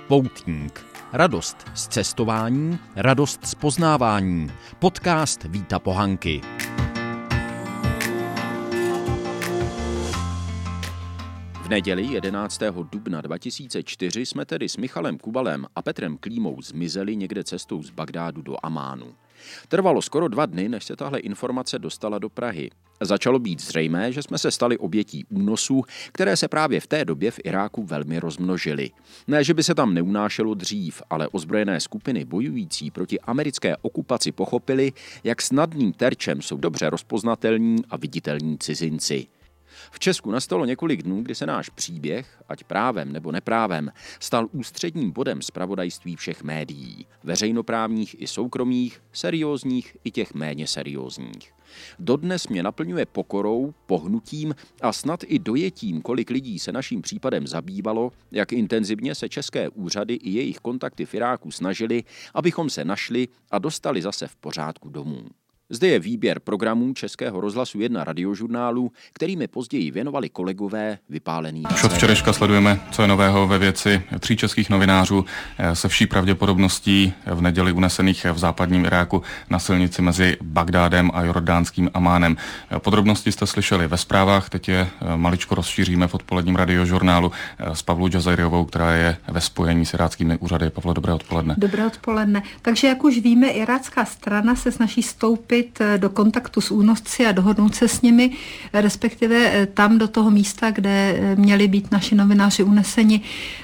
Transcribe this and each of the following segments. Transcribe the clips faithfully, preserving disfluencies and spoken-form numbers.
Poutník. Radost z cestování, radost z poznávání. Podcast Víta Pohanky. V neděli jedenáctého dubna dva tisíce čtyři jsme tedy s Michalem Kubalem a Petrem Klímou zmizeli někde cestou z Bagdádu do Amánu. Trvalo skoro dva dny, než se tahle informace dostala do Prahy. Začalo být zřejmé, že jsme se stali obětí únosů, které se právě v té době v Iráku velmi rozmnožily. Ne, že by se tam neunášelo dřív, ale ozbrojené skupiny bojující proti americké okupaci pochopily, jak snadným terčem jsou dobře rozpoznatelní a viditelní cizinci. V Česku nastalo několik dnů, kdy se náš příběh, ať právem nebo neprávem, stal ústředním bodem zpravodajství všech médií, veřejnoprávních i soukromých, seriózních i těch méně seriózních. Dodnes mě naplňuje pokorou, pohnutím a snad i dojetím, kolik lidí se naším případem zabývalo, jak intenzivně se české úřady i jejich kontakty v Iráku snažili, abychom se našli a dostali zase v pořádku domů. Zde je výběr programů Českého rozhlasu jedna radiožurnálu, kterými později věnovali kolegové vypálený. Už od včerejška sledujeme, co je nového ve věci tří českých novinářů se vší pravděpodobností v neděli unesených v západním Iráku na silnici mezi Bagdádem a jordánským Amánem. Podrobnosti jste slyšeli ve zprávách, teď je maličko rozšíříme v odpoledním radiožurnálu s Pavlou Džazajriovou, která je ve spojení s iráckými úřady. Pavlo, dobré odpoledne. Dobré odpoledne. Takže jak už víme, irácká strana se snaží stoupit do kontaktu s únosci a dohodnout se s nimi, respektive tam do toho místa, kde měli být naši novináři uneseni,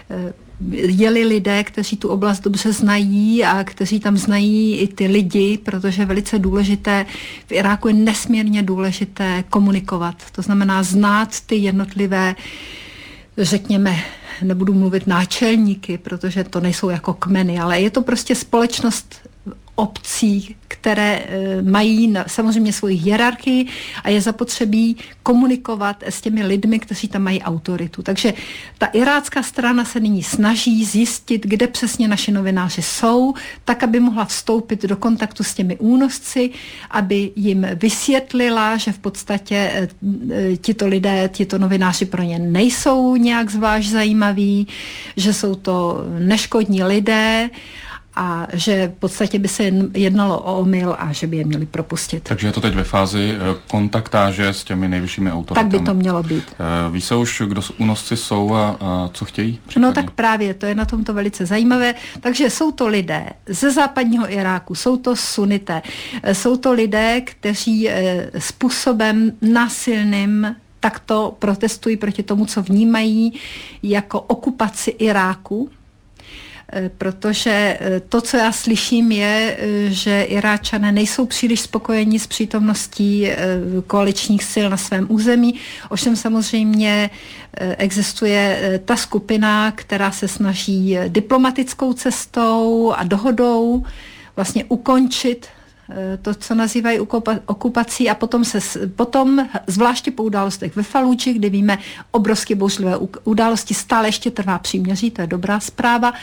jeli lidé, kteří tu oblast dobře znají a kteří tam znají i ty lidi, protože velice důležité, v Iráku je nesmírně důležité komunikovat. To znamená znát ty jednotlivé, řekněme, nebudu mluvit náčelníky, protože to nejsou jako kmeny, ale je to prostě společnost obcí, které mají samozřejmě svoji hierarchii a je zapotřebí komunikovat s těmi lidmi, kteří tam mají autoritu. Takže ta irácká strana se nyní snaží zjistit, kde přesně naši novináři jsou, tak, aby mohla vstoupit do kontaktu s těmi únosci, aby jim vysvětlila, že v podstatě tito lidé, tito novináři pro ně nejsou nějak zvlášť zajímaví, že jsou to neškodní lidé, a že v podstatě by se jednalo o omyl a že by je měli propustit. Takže je to teď ve fázi kontaktáže s těmi nejvyššími autoritami. Tak by to mělo být. Ví se už, kdo únosci jsou a, a co chtějí? Případně? No tak právě, to je na tomto velice zajímavé. Takže jsou to lidé ze západního Iráku, jsou to sunité, jsou to lidé, kteří způsobem násilným takto protestují proti tomu, co vnímají jako okupaci Iráku. Protože to, co já slyším, je, že Iráčané nejsou příliš spokojeni s přítomností koaličních sil na svém území. Ovšem samozřejmě existuje ta skupina, která se snaží diplomatickou cestou a dohodou vlastně ukončit to, co nazývají okupací, a potom, se, potom zvláště po událostech ve Faludži, kdy víme obrovsky bouřlivé události, stále ještě trvá příměří, to je dobrá zpráva.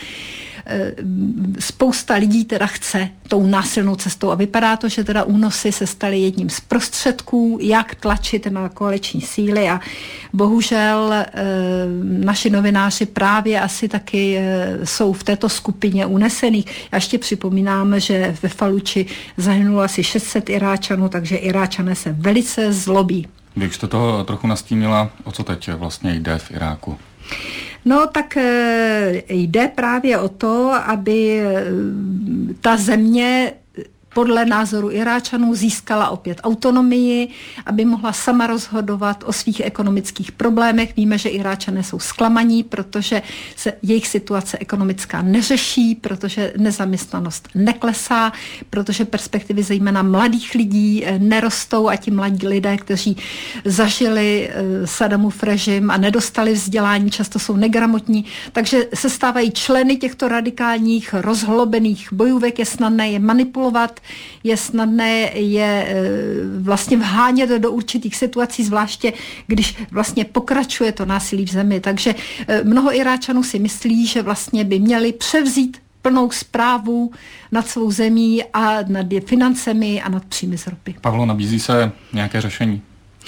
Spousta lidí teda chce tou násilnou cestou a vypadá to, že teda únosy se staly jedním z prostředků, jak tlačit na koaliční síly, a bohužel e, naši novináři právě asi taky e, jsou v této skupině unesených. Já ještě připomínám, že ve Faludži zahynulo asi šest set Iráčanů, takže Iráčané se velice zlobí. Když jste to trochu nastínila, o co teď vlastně jde v Iráku? No tak jde právě o to, aby ta země podle názoru Iráčanů získala opět autonomii, aby mohla sama rozhodovat o svých ekonomických problémech. Víme, že Iráčané jsou zklamaní, protože se jejich situace ekonomická neřeší, protože nezaměstnanost neklesá, protože perspektivy zejména mladých lidí nerostou a ti mladí lidé, kteří zažili Saddamův režim a nedostali vzdělání, často jsou negramotní, takže se stávají členy těchto radikálních rozhlobených bojůvek, je snadné je manipulovat, je snadné je vlastně vhánět do určitých situací, zvláště když vlastně pokračuje to násilí v zemi. Takže mnoho Iráčanů si myslí, že vlastně by měli převzít plnou správu nad svou zemí a nad financemi a nad příjmy z ropy. Pavlo, nabízí se nějaké řešení?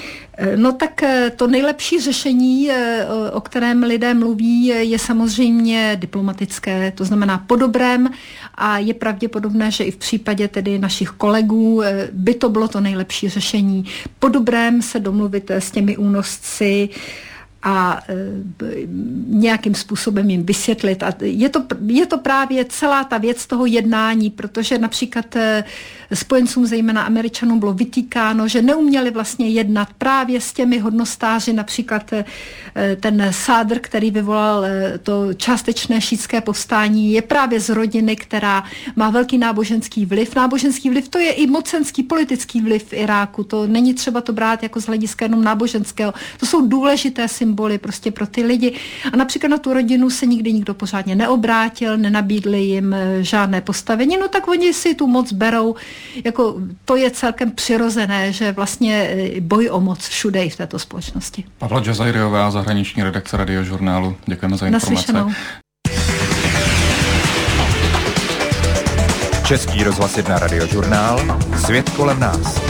No tak to nejlepší řešení, o kterém lidé mluví, je samozřejmě diplomatické, to znamená po dobrém, a je pravděpodobné, že i v případě tedy našich kolegů by to bylo to nejlepší řešení. Po dobrém se domluvit s těmi únosci a e, nějakým způsobem jim vysvětlit. A je to, je to právě celá ta věc toho jednání, protože například e, spojencům, zejména Američanům, bylo vytýkáno, že neuměli vlastně jednat právě s těmi hodnostáři, například e, ten Sádr, který vyvolal e, to částečné šítské povstání, je právě z rodiny, která má velký náboženský vliv. Náboženský vliv, to je i mocenský politický vliv v Iráku. To není třeba to brát jako z hlediska jenom náboženského. To jsou důležité symboly prostě pro ty lidi. A například na tu rodinu se nikdy nikdo pořádně neobrátil, nenabídli jim žádné postavení, no tak oni si tu moc berou. Jako to je celkem přirozené, že vlastně boj o moc všude i v této společnosti. Pavla Džazajriová, zahraniční redakce Radiožurnálu. Děkujeme za informace. Naslyšenou. Český rozhlas jedna Radiožurnál. Svět kolem nás.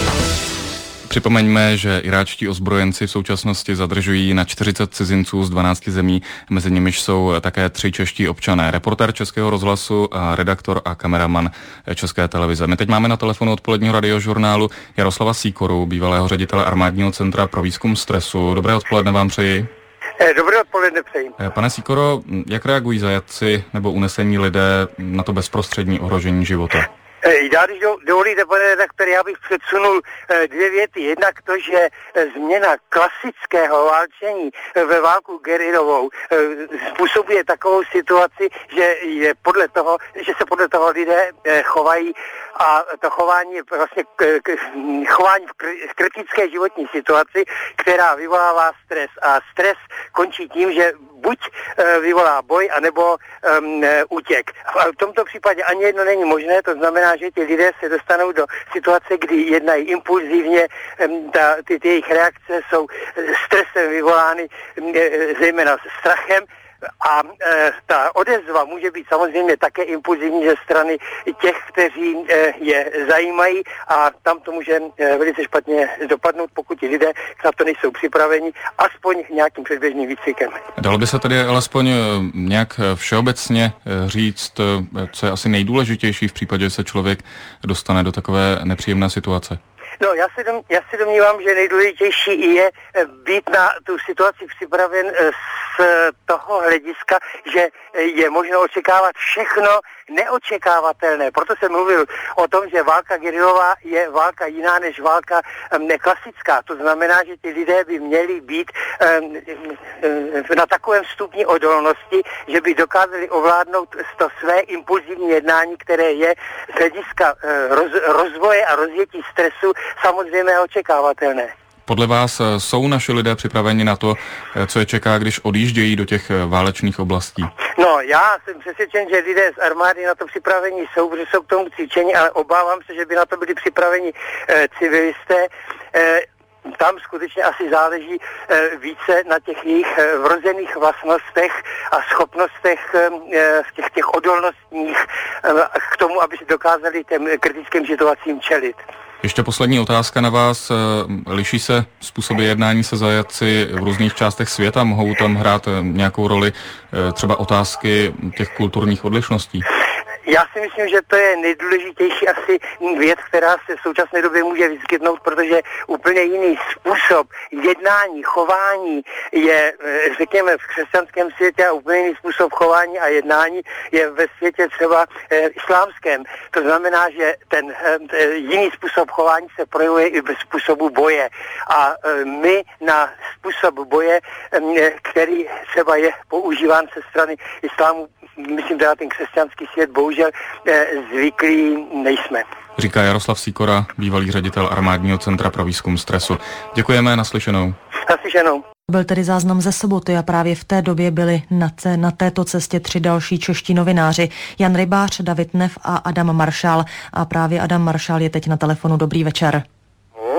Připomeňme, že iráčtí ozbrojenci v současnosti zadržují na čtyřicet cizinců z dvanácti zemí, mezi nimiž jsou také tři čeští občané. Reportér Českého rozhlasu a redaktor a kameraman České televize. My teď máme na telefonu odpoledního Radiožurnálu Jaroslava Sýkoru, bývalého ředitele Armádního centra pro výzkum stresu. Dobré odpoledne vám přeji. Dobré odpoledne přeji. Pane Sýkoro, jak reagují zajatci nebo unesení lidé na to bezprostřední ohrožení života? Já, když dovolíte, pane redaktor, já bych předsunul dvě věty. Jednak to, že změna klasického válčení ve válku gerilovou způsobuje takovou situaci, že je podle toho, že se podle toho lidé chovají, a to chování je vlastně chování v kritické životní situaci, která vyvolává stres. A stres končí tím, že buď vyvolá boj, anebo um, útěk. V tomto případě ani jedno není možné, to znamená, že ti lidé se dostanou do situace, kdy jednají impulzivně, um, ta, ty, ty jejich reakce jsou stresem vyvolány, um, zejména strachem, a e, ta odezva může být samozřejmě také impulzivní ze strany těch, kteří e, je zajímají, a tam to může e, velice špatně dopadnout, pokud ti lidé na to nejsou připraveni, aspoň nějakým předběžným výcvikem. Dalo by se tedy alespoň nějak všeobecně říct, co je asi nejdůležitější v případě, že se člověk dostane do takové nepříjemné situace? No, já se, dom, já se domnívám, že nejdůležitější je být na tu situaci připraven z toho hlediska, že je možno očekávat všechno neočekávatelné. Proto jsem mluvil o tom, že válka gerilová je válka jiná než válka neklasická. To znamená, že ti lidé by měli být um, na takovém stupni odolnosti, že by dokázali ovládnout to své impulzivní jednání, které je z hlediska roz, rozvoje a rozjetí stresu samozřejmě očekávatelné. Podle vás jsou naši lidé připraveni na to, co je čeká, když odjíždějí do těch válečných oblastí? No, já jsem přesvědčen, že lidé z armády na to připraveni jsou, protože jsou k tomu cvičení, ale obávám se, že by na to byli připraveni eh, civilisté. Eh, Tam skutečně asi záleží e, více na těch jejich e, vrozených vlastnostech a schopnostech e, v těch, těch odolnostních e, k tomu, aby si dokázali těm kritickým situacím čelit. Ještě poslední otázka na vás. Liší se způsoby jednání se zajatci v různých částech světa? Mohou tam hrát nějakou roli třeba otázky těch kulturních odlišností? Já si myslím, že to je nejdůležitější asi věc, která se v současné době může vyskytnout, protože úplně jiný způsob jednání, chování je, řekněme, v křesťanském světě, a úplně jiný způsob chování a jednání je ve světě třeba e, islámském. To znamená, že ten e, jiný způsob chování se projevuje i ve způsobu boje. A e, my na způsob boje, e, který třeba je používán ze strany islámu, myslím teda ten křesťanský svět, bohužel eh, zvyklí nejsme. Říká Jaroslav Sýkora, bývalý ředitel Armádního centra pro výzkum stresu. Děkujeme, naslyšenou. Naslyšenou. Byl tedy záznam ze soboty a právě v té době byli na, té, na této cestě tři další čeští novináři. Jan Rybář, David Neff a Adam Maršál. A právě Adam Maršál je teď na telefonu. Dobrý večer.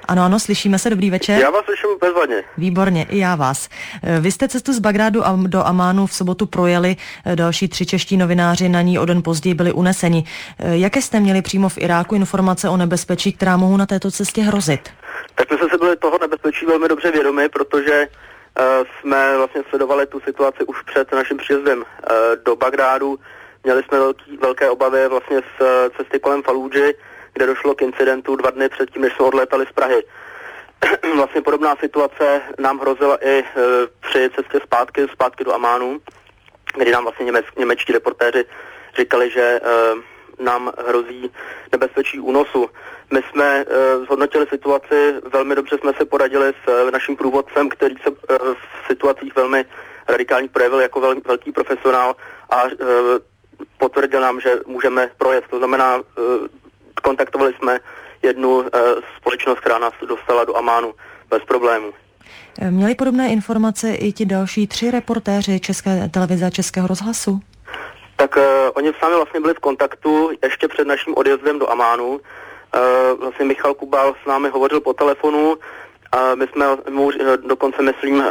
Ano, ano, slyšíme se, dobrý večer. Já vás slyším bezvadně. Výborně, i já vás. Vy jste cestu z Bagdádu do Amánu v sobotu projeli, další tři čeští novináři na ní o den později byli uneseni. Jaké jste měli přímo v Iráku informace o nebezpečí, která mohou na této cestě hrozit? Tak my jsme se byli toho nebezpečí velmi dobře vědomi, protože uh, jsme vlastně sledovali tu situaci už před naším příjezdem uh, do Bagdádu. Měli jsme velký, velké obavy vlastně z uh, cesty kolem Falúdži, kde došlo k incidentu dva dny předtím, než jsme odlétali z Prahy. Vlastně podobná situace nám hrozila i e, při cestě zpátky, zpátky do Amánu, kdy nám vlastně němec, němečtí reportéři říkali, že e, nám hrozí nebezpečí únosu. My jsme e, zhodnotili situaci, velmi dobře jsme se poradili s e, naším průvodcem, který se e, v situacích velmi radikálně projevil jako vel, velký profesionál a e, potvrdil nám, že můžeme projet. To znamená, e, kontaktovali jsme jednu uh, společnost, která nás dostala do Amánu bez problémů. Měli podobné informace i ti další tři reportéři České televize a Českého rozhlasu? Tak uh, oni sami vlastně byli v kontaktu ještě před naším odjezdem do Amánu. Uh, vlastně Michal Kubal s námi hovořil po telefonu a my jsme mu uh, dokonce, myslím, uh,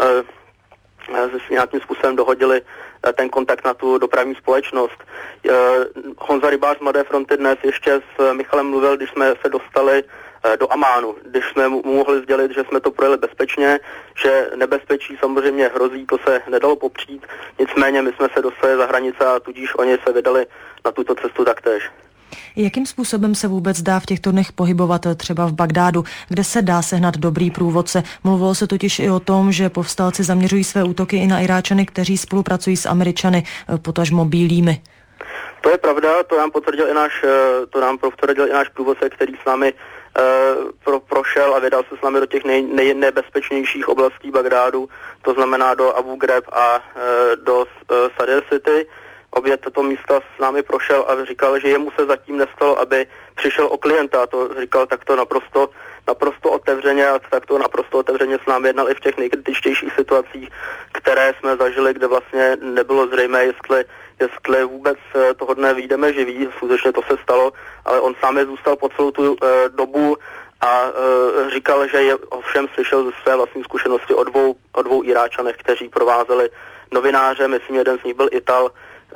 s nějakým způsobem dohodili ten kontakt na tu dopravní společnost. Honza Rybář z Mladé fronty dnes ještě s Michalem mluvil, když jsme se dostali do Amánu, když jsme mu mohli sdělit, že jsme to projeli bezpečně, že nebezpečí samozřejmě hrozí, to se nedalo popřít, nicméně my jsme se dostali za hranice a tudíž oni se vydali na tuto cestu taktéž. Jakým způsobem se vůbec dá v těchto dnech pohybovat třeba v Bagdádu, kde se dá sehnat dobrý průvodce? Mluvilo se totiž i o tom, že povstalci zaměřují své útoky i na Iráčany, kteří spolupracují s Američany, potažmo bílými. To je pravda, to nám potvrdil i náš, to nám potvrdil i náš průvodce, který s námi uh, pro, prošel a vydal se s námi do těch nej, nejnebezpečnějších oblastí Bagdádu, to znamená do Abu Ghraib a uh, do uh, Sadr City. Obě tato místa s námi prošel a říkal, že jemu se zatím nestalo, aby přišel o klienta. To říkal takto naprosto, naprosto otevřeně a takto naprosto otevřeně s námi jednal i v těch nejkritičtějších situacích, které jsme zažili, kde vlastně nebylo zřejmé, jestli, jestli vůbec toho dne vyjdeme živí. Skutečně to se stalo, ale on sám je zůstal po celou tu uh, dobu a uh, říkal, že je ovšem slyšel ze své vlastní zkušenosti o dvou, o dvou Iráčanech, kteří provázeli novináře, myslím, jeden z nich byl Ital,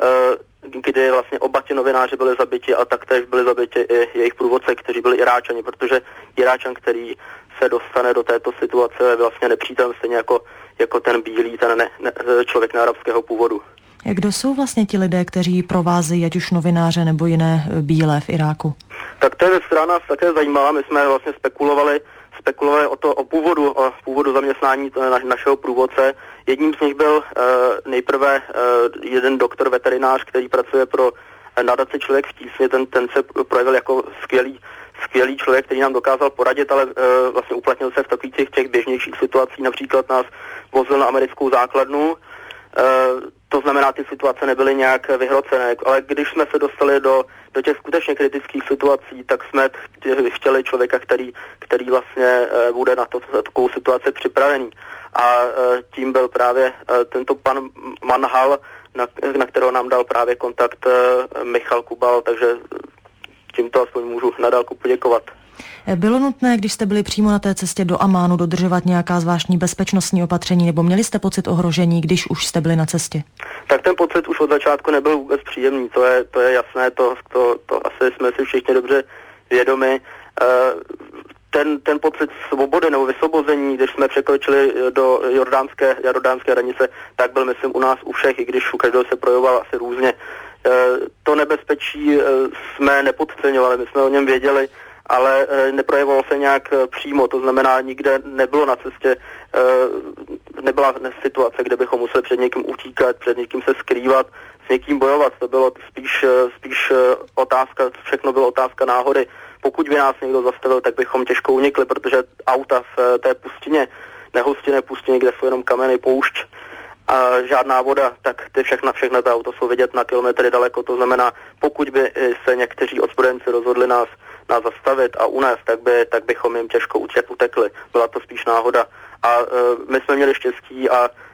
kdy vlastně oba ti novináři byli zabiti a taktéž byli zabiti i jejich průvodce, kteří byli Iráčani, protože Iráčan, který se dostane do této situace, je vlastně nepřítel, stejně jako, jako ten bílý, ten ne, ne, člověk nearabského původu. Kdo jsou vlastně ti lidé, kteří provázejí ať už novináře nebo jiné bílé v Iráku? Tak to je věc, která nás také zajímala. My jsme vlastně spekulovali spekulovali o to, o původu, o původu zaměstnání na, našeho průvodce. Jedním z nich byl uh, nejprve uh, jeden doktor veterinář, který pracuje pro uh, nadaci Člověk v tísni. Ten, ten se projevil jako skvělý, skvělý člověk, který nám dokázal poradit, ale uh, vlastně uplatnil se v takových těch, těch běžnějších situacích. Například nás vozil na americkou základnu. Uh, to znamená, ty situace nebyly nějak vyhrocené, ale když jsme se dostali do, do těch skutečně kritických situací, tak jsme chtěli člověka, který, který vlastně uh, bude na, to, na takovou situaci připravený. A uh, tím byl právě uh, tento pan Manhal, na, na kterého nám dal právě kontakt uh, Michal Kubal, takže tímto aspoň můžu nadálku poděkovat. Bylo nutné, když jste byli přímo na té cestě do Amánu, dodržovat nějaká zvláštní bezpečnostní opatření, nebo měli jste pocit ohrožení, když už jste byli na cestě? Tak ten pocit už od začátku nebyl vůbec příjemný, to je, to je jasné, to, to, to asi jsme si všichni dobře vědomi. Ten, ten pocit svobody nebo vysvobození, když jsme překročili do jordánské, jordánské hranice, tak byl, myslím, u nás u všech, i když u každého se projevoval asi různě. To nebezpečí jsme nepodceňovali, my jsme o něm věděli, ale neprojevovalo se nějak přímo, to znamená, nikde nebylo na cestě, nebyla situace, kde bychom museli před někým utíkat, před někým se skrývat, s někým bojovat, to bylo spíš, spíš otázka, všechno bylo otázka náhody. Pokud by nás někdo zastavil, tak bychom těžko unikli, protože auta v té pustině, nehostinné pustině, kde jsou jenom kameny, poušť a žádná voda, tak ty všechna, všechna ta auta jsou vidět na kilometry daleko, to znamená, pokud by se někteří ozbrojenci rozhodli nás, nás zastavit a unést, tak, by, tak bychom jim těžko utekli. Byla to spíš náhoda. A uh, my jsme měli štěstí a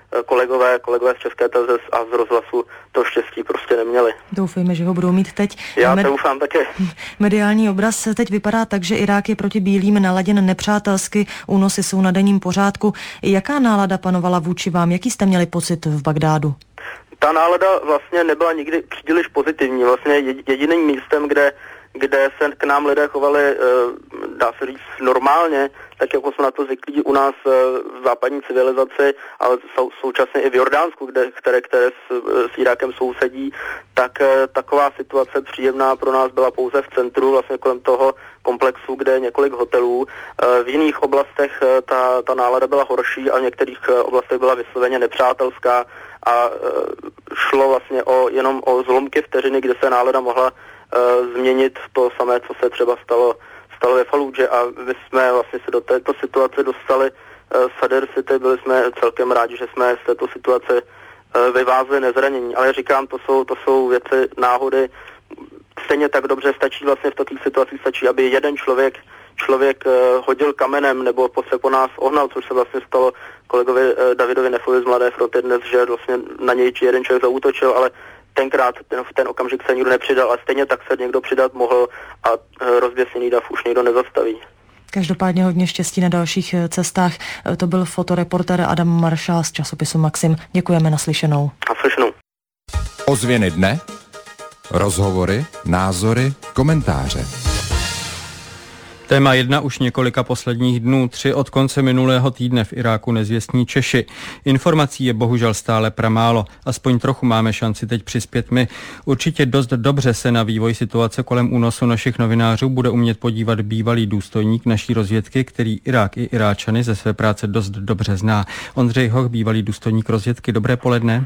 kolegové, kolegové z České televize a z rozhlasu to štěstí prostě neměli. Doufejme, že ho budou mít teď. Já Med... doufám také. Mediální obraz teď vypadá tak, že Irák je proti bílým naladěn nepřátelsky, únosy jsou na denním pořádku. Jaká nálada panovala vůči vám? Jaký jste měli pocit v Bagdádu? Ta nálada vlastně nebyla nikdy příliš pozitivní. Vlastně jediným místem, kde kde se k nám lidé chovali, dá se říct, normálně, tak jako jsme na to zvyklí u nás v západní civilizaci, ale sou, současně i v Jordánsku, kde, které, které s, s Irákem sousedí, tak taková situace příjemná pro nás byla pouze v centru, vlastně kolem toho komplexu, kde je několik hotelů. V jiných oblastech ta, ta nálada byla horší a v některých oblastech byla vysloveně nepřátelská a šlo vlastně o, jenom o zlomky vteřiny, kde se nálada mohla změnit to samé, co se třeba stalo, stalo ve Faludže a my jsme vlastně se do této situace dostali uh, Sadr City, byli jsme celkem rádi, že jsme z této situace uh, vyvázli nezranění, ale říkám, to jsou, to jsou věci, náhody, stejně tak dobře stačí vlastně v takových situacích, stačí, aby jeden člověk člověk uh, hodil kamenem nebo se po nás ohnal, což se vlastně stalo kolegovi uh, Davidovi Nefovi z Mladé fronty dnes, že vlastně na něj jeden člověk zaútočil, ale tenkrát ten, v ten okamžik se nikdo nepřidal a stejně tak se někdo přidat mohl a rozběsněný dav už nikdo nezastaví. Každopádně hodně štěstí na dalších cestách. To byl fotoreportér Adam Maršál z časopisu Maxim. Děkujeme, naslyšenou. Naslyšenou. Ozvěny dne, rozhovory, názory, komentáře. Téma jedna už několika posledních dnů, tři od konce minulého týdne v Iráku nezvěstní Češi. Informací je bohužel stále pramálo, aspoň trochu máme šanci teď přispět my. Určitě dost dobře se na vývoj situace kolem únosu našich novinářů bude umět podívat bývalý důstojník naší rozvědky, který Irák i Iráčany ze své práce dost dobře zná. Ondřej Hoch, bývalý důstojník rozvědky, dobré poledne.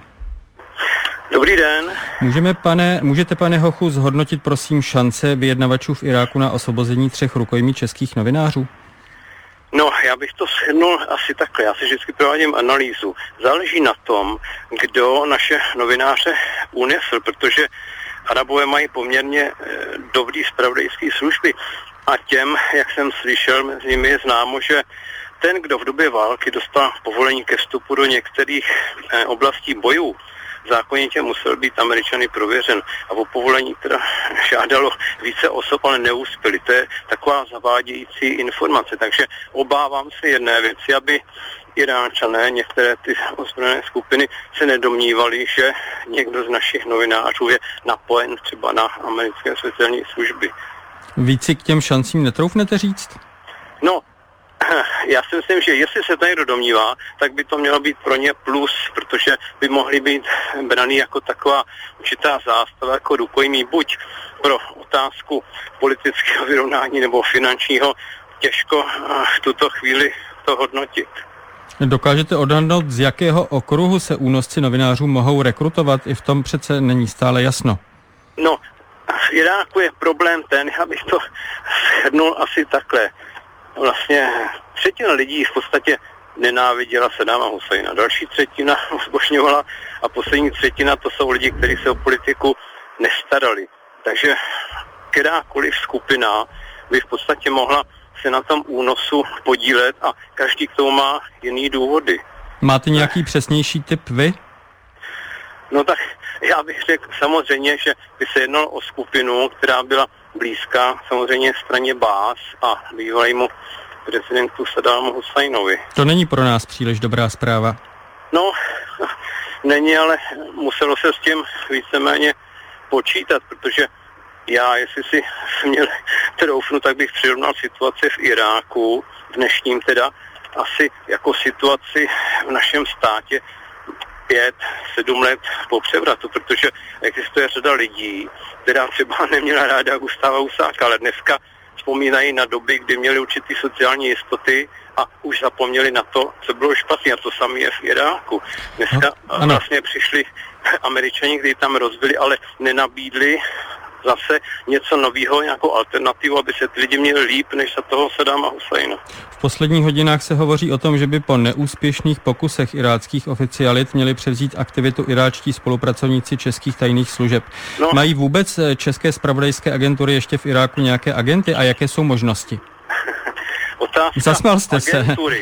Dobrý den. Můžeme, pane, můžete, pane Hochu, zhodnotit prosím šance vyjednavačů v Iráku na osvobození třech rukojmí českých novinářů? No, já bych to shrnul asi takhle. Já si vždycky provádím analýzu. Záleží na tom, kdo naše novináře unesl, protože Arabové mají poměrně e, dobrý zpravodajský služby a těm, jak jsem slyšel, mezi nimi je známo, že ten, kdo v době války dostal povolení ke vstupu do některých e, oblastí bojů, zákonitě musel být Američany prověřen a o povolení teda žádalo více osob, ale neuspěli. To je taková zavádějící informace, takže obávám se jedné věci, aby Iráčané, některé ty ozbrojené skupiny se nedomnívali, že někdo z našich novinářů je napojen třeba na americké speciální služby. Víc si k těm šancím netroufnete říct? No, já si myslím, že jestli se to někdo domnívá, tak by to mělo být pro ně plus, protože by mohly být braný jako taková určitá zástava, jako rukojmí, buď pro otázku politického vyrovnání nebo finančního, těžko v tuto chvíli to hodnotit. Dokážete odhadnout, z jakého okruhu se únosci novinářů mohou rekrutovat? I v tom přece není stále jasno. No, v Iráku je problém ten, já bych to shrnul asi takhle. Vlastně třetina lidí v podstatě nenáviděla Saddáma Husajna, další třetina zbožňovala a poslední třetina to jsou lidi, kteří se o politiku nestarali. Takže kterákoliv skupina by v podstatě mohla se na tom únosu podílet a každý k tomu má jiný důvody. Máte nějaký přesnější tip vy? No tak já bych řekl samozřejmě, že by se jednalo o skupinu, která byla blízká samozřejmě straně Bás a bývalému prezidentu Saddámu Husajnovi. To není pro nás příliš dobrá zpráva. No, není, ale muselo se s tím víceméně počítat, protože já, jestli si měl troufnu, tak bych přirovnal situaci v Iráku, v dnešním teda, asi jako situaci v našem státě pět, sedm let po převratu, protože existuje řada lidí, která třeba neměla ráda Gustáva Husáka, ale dneska vzpomínají na doby, kdy měli určitý sociální jistoty a už zapomněli na to, co bylo špatné. A to samé je v Iráku. Dneska no, vlastně přišli Američani, kteří tam rozbili, ale nenabídli zase něco nového, nějakou alternativu, aby se ty lidi měli líp, než za toho Saddáma Husajna. V posledních hodinách se hovoří o tom, že by po neúspěšných pokusech iráckých oficialit měli převzít aktivitu iráčtí spolupracovníci českých tajných služeb. No. Mají vůbec české zpravodajské agentury ještě v Iráku nějaké agenty a jaké jsou možnosti? Otázka Zasmál jste agentury.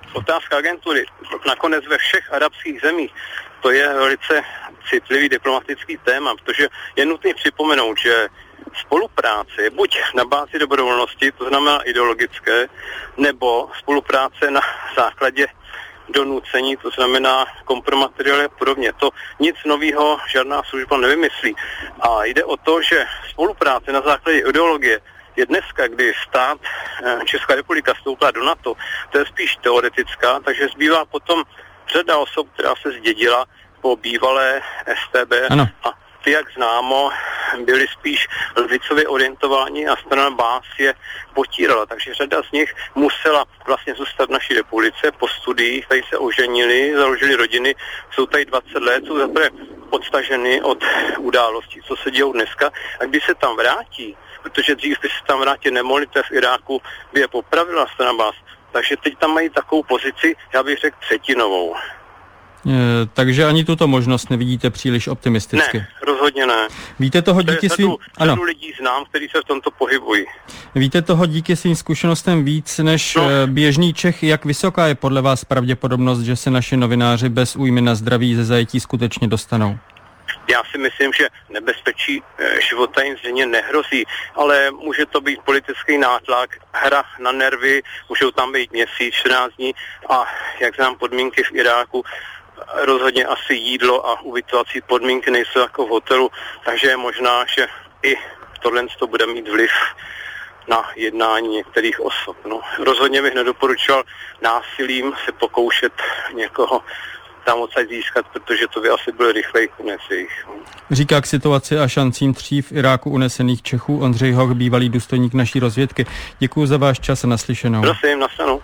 otázka agentury. Nakonec ve všech arabských zemích to je velice citlivý diplomatický téma, protože je nutné připomenout, že spolupráce je buď na bázi dobrovolnosti, to znamená ideologické, nebo spolupráce na základě donucení, to znamená kompromateriály a podobně. To nic nového žádná služba nevymyslí. A jde o to, že spolupráce na základě ideologie je dneska, kdy stát Česká republika vstoupila do NATO, to je spíš teoretická, takže zbývá potom řada osob, která se zdědila po bývalé S T B ano. A ty, jak známo, byli spíš levicově orientováni a strana Bás je potírala, takže řada z nich musela vlastně zůstat v naší republice po studiích, tady se oženili, založili rodiny, jsou tady dvacet let, jsou zaprvé odstaženy od událostí, co se dějou dneska, a když se tam vrátí, protože dřív by se tam vrátit nemohli, to v Iráku by je popravila strana Bás, takže teď tam mají takovou pozici, já bych řekl třetinovou. E, takže ani tuto možnost nevidíte příliš optimisticky? Ne, rozhodně ne. Víte toho díky svým... Ano. Řadu lidí znám, kteří se v tomto pohybují. Víte toho díky svým zkušenostem víc než no. běžný Čech. Jak vysoká je podle vás pravděpodobnost, že se naši novináři bez újmy na zdraví ze zajetí skutečně dostanou? Já si myslím, že nebezpečí života jim zřejmě nehrozí, ale může to být politický nátlak, hra na nervy, můžou tam být měsíc, čtrnáct dní a jak znám podmínky v Iráku, rozhodně asi jídlo a ubytovací podmínky nejsou jako v hotelu, takže je možná, že i tohle to bude mít vliv na jednání některých osob. No, rozhodně bych nedoporučoval násilím se pokoušet někoho tam odsaď získat, protože to by asi byl rychlej konec jejich. Říká k situaci a šancím tří v Iráku unesených Čechů Ondřej Hoch, bývalý důstojník naší rozvědky. Děkuji za váš čas a naslyšenou. Prosím, naslyšenou.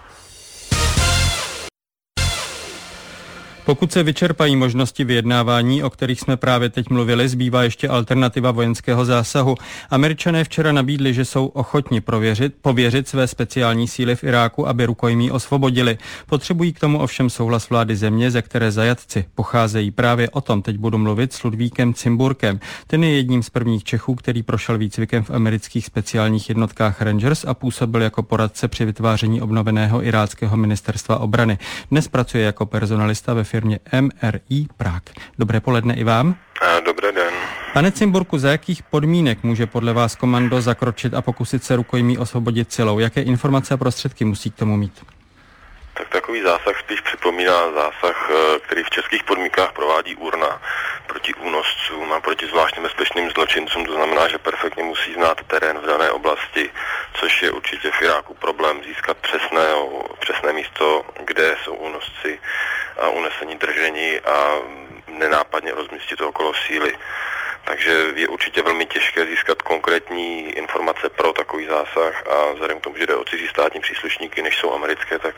Pokud se vyčerpají možnosti vyjednávání, o kterých jsme právě teď mluvili, zbývá ještě alternativa vojenského zásahu. Američané včera nabídli, že jsou ochotni prověřit, pověřit své speciální síly v Iráku, aby rukojmí osvobodili. Potřebují k tomu ovšem souhlas vlády země, ze které zajatci pocházejí. Právě o tom teď budu mluvit s Ludvíkem Cimburkem. Ten je jedním z prvních Čechů, který prošel výcvikem v amerických speciálních jednotkách Rangers a působil jako poradce při vytváření obnoveného iráckého ministerstva obrany. Dnes pracuje jako personalista ve firmě M R I Prague. Dobré poledne i vám. Dobrý den. Pane Cimburku, za jakých podmínek může podle vás komando zakročit a pokusit se rukojmí osvobodit silou? Jaké informace a prostředky musí k tomu mít? Tak takový zásah spíš připomíná zásah, který v českých podmínkách provádí URNA proti únoscům a proti zvláště nebezpečným zločincům. To znamená, že perfektně musí znát terén v dané oblasti, což je určitě v Iráku problém získat přesné, přesné místo, kde jsou únosci a unesení držení a nenápadně rozmístit to okolo síly. Takže je určitě velmi těžké získat konkrétní informace pro takový zásah a vzhledem k tomu, že jde o cizí státní příslušníky, než jsou americké, tak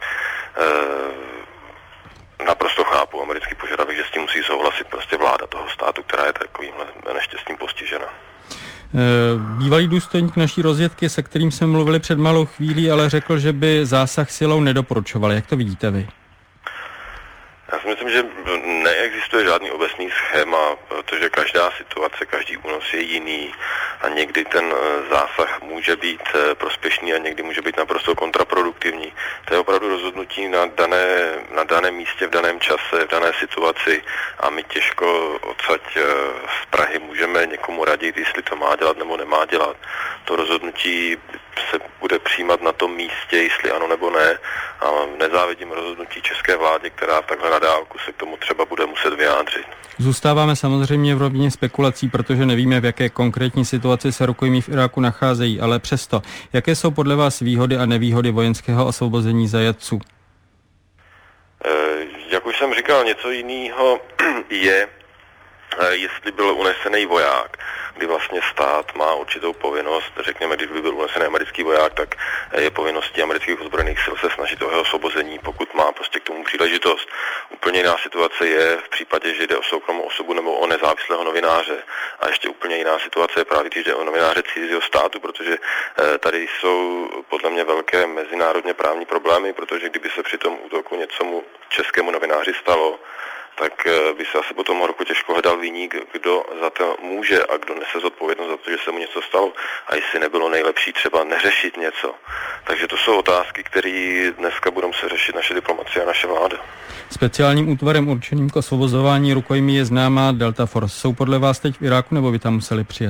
e, naprosto chápu americký požadavek, že s tím musí souhlasit prostě vláda toho státu, která je takovýmhle neštěstím postižena. Bývalý důstojník naší rozvědky, se kterým jsme mluvili před malou chvílí, ale řekl, že by zásah silou nedoporučoval. Jak to vidíte vy? Já si myslím, že neexistuje žádný obecný schéma, protože každá situace, každý únos je jiný a někdy ten zásah může být prospěšný a někdy může být naprosto kontraproduktivní. To je opravdu rozhodnutí na dané, na daném místě, v daném čase, v dané situaci a my těžko odsaď z Prahy můžeme někomu radit, jestli to má dělat nebo nemá dělat. To rozhodnutí se bude přijímat na tom místě, jestli ano nebo ne. A nezávidím rozhodnutí české vládě, která takhle na dálku se k tomu třeba bude muset vyjádřit. Zůstáváme samozřejmě v rovině spekulací, protože nevíme, v jaké konkrétní situaci se rukojmí v Iráku nacházejí, ale přesto, jaké jsou podle vás výhody a nevýhody vojenského osvobození zajatců? E, jak už jsem říkal, něco jiného je, jestli byl unesený voják, kdy vlastně stát má určitou povinnost, řekněme, když by byl unesený americký voják, tak je povinností amerických ozbrojených sil se snažit o jeho osvobození, pokud má prostě k tomu příležitost. Úplně jiná situace je v případě, že jde o soukromou osobu nebo o nezávislého novináře. A ještě úplně jiná situace je právě, když jde o novináře cizího státu, protože tady jsou podle mě velké mezinárodně právní problémy, protože kdyby se při tom útoku něco mu českému novináři stalo, tak by se asi po tom roku těžko hledal viník, kdo za to může a kdo nese zodpovědnost za to, že se mu něco stalo a jestli nebylo nejlepší třeba neřešit něco. Takže to jsou otázky, které dneska budou se řešit naše diplomacie a naše vláda. Speciálním útvarem určeným k osvobozování rukojmí je známá Delta Force. Jsou podle vás teď v Iráku, nebo by tam museli přijet?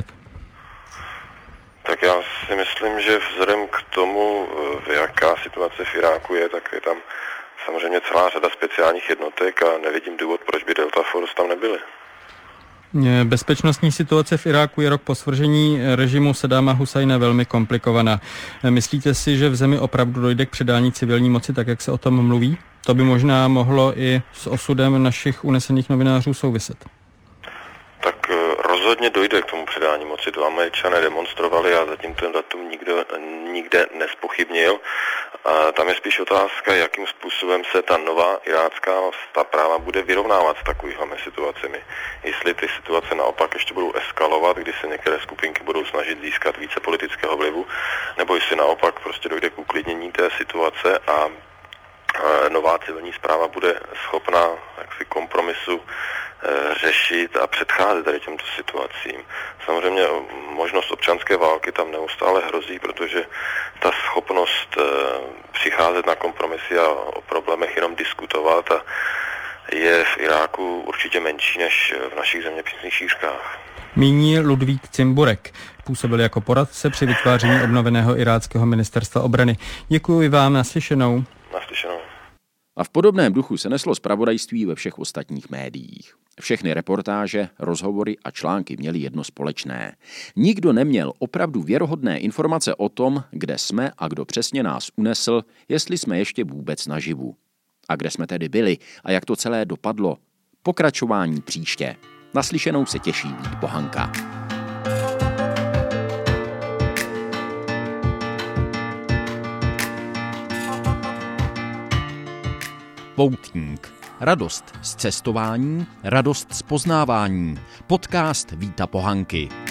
Tak já si myslím, že vzhledem k tomu, jaká situace v Iráku je, tak je tam samozřejmě celá řada speciálních jednotek a nevidím důvod, proč by Delta Force tam nebyly. Bezpečnostní situace v Iráku je rok po svržení režimu Saddáma Husajna velmi komplikovaná. Myslíte si, že v zemi opravdu dojde k předání civilní moci, tak jak se o tom mluví? To by možná mohlo i s osudem našich unesených novinářů souviset. Tak rozhodně dojde k tomu předání moci. To Američané demonstrovali a zatím ten datum nikdo nikde nespochybnil. A tam je spíš otázka, jakým způsobem se ta nová irácká ta práva bude vyrovnávat s takovými situacemi. Jestli ty situace naopak ještě budou eskalovat, kdy se některé skupinky budou snažit získat více politického vlivu, nebo jestli naopak prostě dojde k uklidnění té situace a nová civilní správa bude schopna jaksi kompromisu řešit a předcházet tady těmto situacím. Samozřejmě možnost občanské války tam neustále hrozí, protože ta schopnost přicházet na kompromisy a o problémech jenom diskutovat a je v Iráku určitě menší než v našich zeměpisných šířkách. Míní Ludvík Cimburek. Působil jako poradce při vytváření obnoveného iráckého ministerstva obrany. Děkuji vám, naslyšenou. Naslyšenou. A v podobném duchu se neslo zpravodajství ve všech ostatních médiích. Všechny reportáže, rozhovory a články měly jedno společné. Nikdo neměl opravdu věrohodné informace o tom, kde jsme a kdo přesně nás unesl, jestli jsme ještě vůbec naživu. A kde jsme tedy byli a jak to celé dopadlo. Pokračování příště. Naslyšenou se těší Vít Pohanka. Poutník. Radost z cestování, radost z poznávání. Podcast Víta Pohanky.